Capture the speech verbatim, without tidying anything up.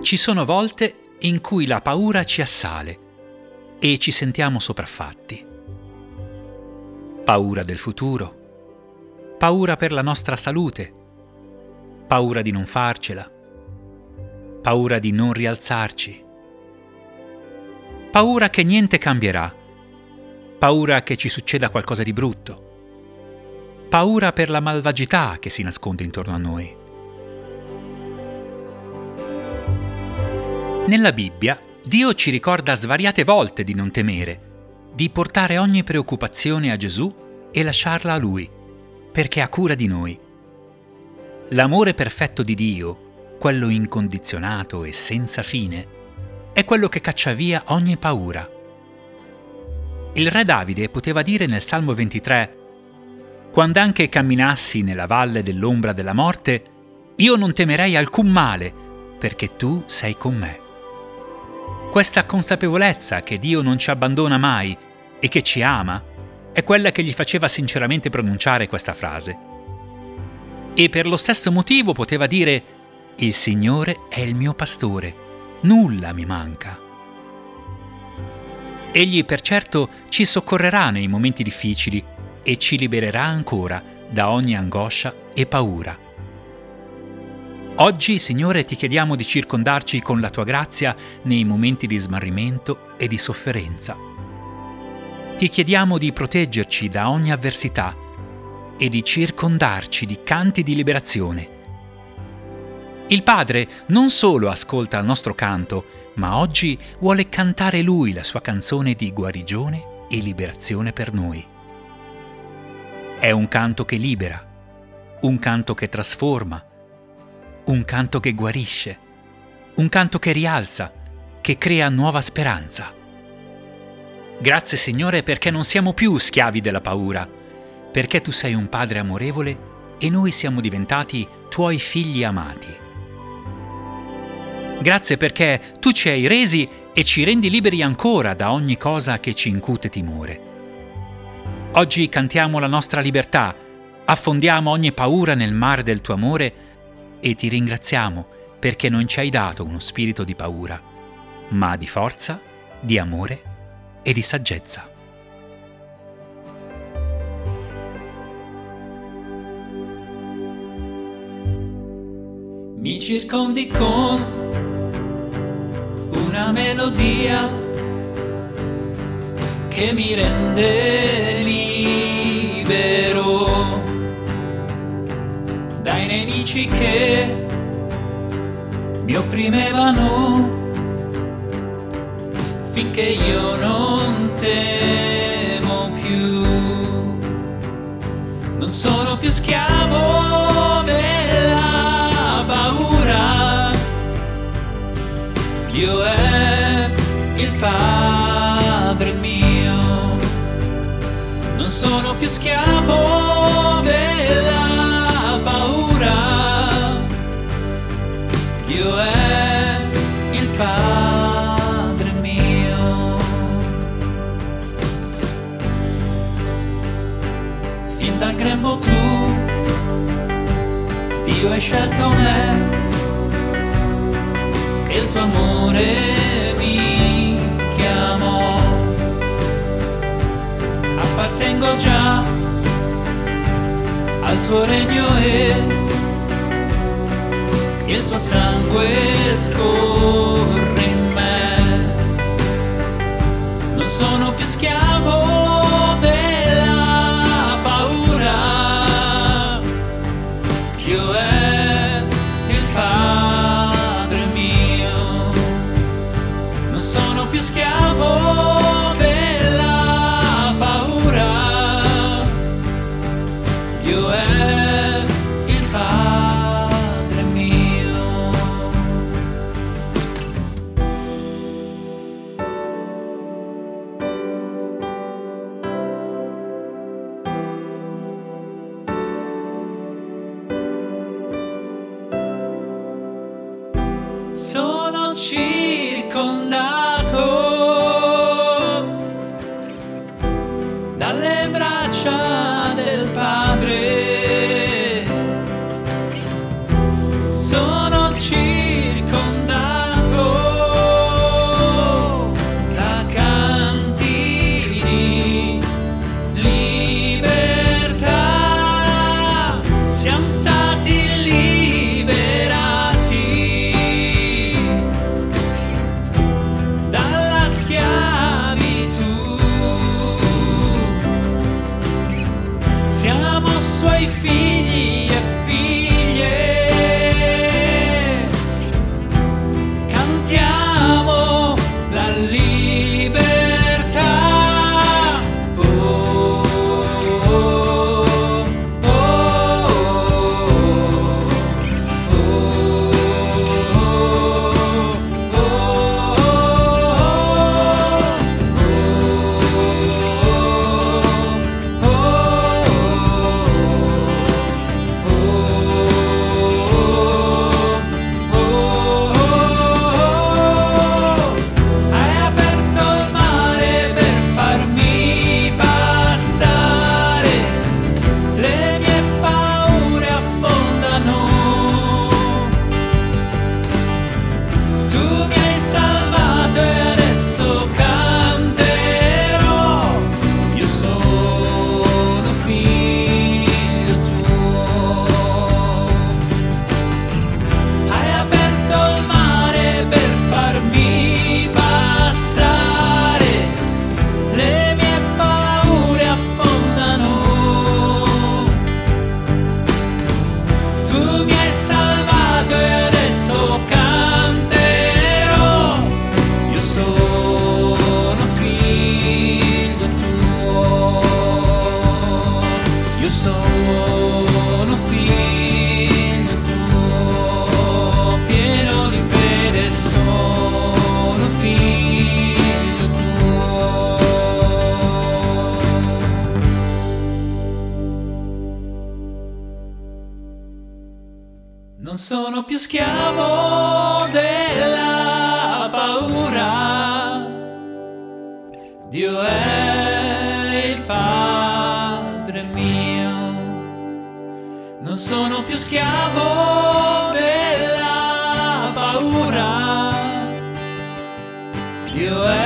Ci sono volte in cui la paura ci assale e ci sentiamo sopraffatti. Paura del futuro, paura per la nostra salute, paura di non farcela, paura di non rialzarci, paura che niente cambierà, paura che ci succeda qualcosa di brutto, paura per la malvagità che si nasconde intorno a noi. Nella Bibbia, Dio ci ricorda svariate volte di non temere, di portare ogni preoccupazione a Gesù e lasciarla a Lui, perché ha cura di noi. L'amore perfetto di Dio, quello incondizionato e senza fine, è quello che caccia via ogni paura. Il re Davide poteva dire nel Salmo ventitré: «Quando anche camminassi nella valle dell'ombra della morte, io non temerei alcun male, perché tu sei con me». Questa consapevolezza che Dio non ci abbandona mai e che ci ama è quella che gli faceva sinceramente pronunciare questa frase. E per lo stesso motivo poteva dire: «Il Signore è il mio pastore, nulla mi manca». Egli per certo ci soccorrerà nei momenti difficili e ci libererà ancora da ogni angoscia e paura. Oggi, Signore, ti chiediamo di circondarci con la tua grazia nei momenti di smarrimento e di sofferenza. Ti chiediamo di proteggerci da ogni avversità e di circondarci di canti di liberazione. Il Padre non solo ascolta il nostro canto, ma oggi vuole cantare Lui la sua canzone di guarigione e liberazione per noi. È un canto che libera, un canto che trasforma, un canto che guarisce, un canto che rialza, che crea nuova speranza. Grazie, Signore, perché non siamo più schiavi della paura, perché tu sei un Padre amorevole e noi siamo diventati tuoi figli amati. Grazie perché tu ci hai resi e ci rendi liberi ancora da ogni cosa che ci incute timore. Oggi cantiamo la nostra libertà, affondiamo ogni paura nel mare del tuo amore e ti ringraziamo perché non ci hai dato uno spirito di paura, ma di forza, di amore e di saggezza. Mi circondi con una melodia che mi rende libero dai nemici che mi opprimevano, finché io non temo più, non sono più schiavo della paura. Dio è il Padre mio, non sono più schiavo della paura. Dio è il Padre mio. Fin dal grembo tu, Dio hai scelto me, e il tuo amore mi chiamò. Appartengo già al tuo regno e il tuo sangue scorre in me. Non sono più schiavo della paura. Dio è il Padre mio, non sono più schiavo della paura. Dio è il Padre mio. Sono circondato dalle braccia del Padre. Sono circondato siamo suoi figli e figlie. Cantiamo la libertà. Oh, oh, oh, hai aperto il mare per farmi passare, le mie paure affondano. Tu mi hai salvato e adesso canterò. Io sono figlio tuo. Hai aperto il mare per farmi passare, le mie paure affondano. Tu mi hai salvato e adesso canterò. Io sono figlio tuo. Io sono figlio tuo, pieno di fede sono figlio tuo. Non sono più schiavo della paura. Dio è il Padre mio. Non sono più schiavo della paura. Dio è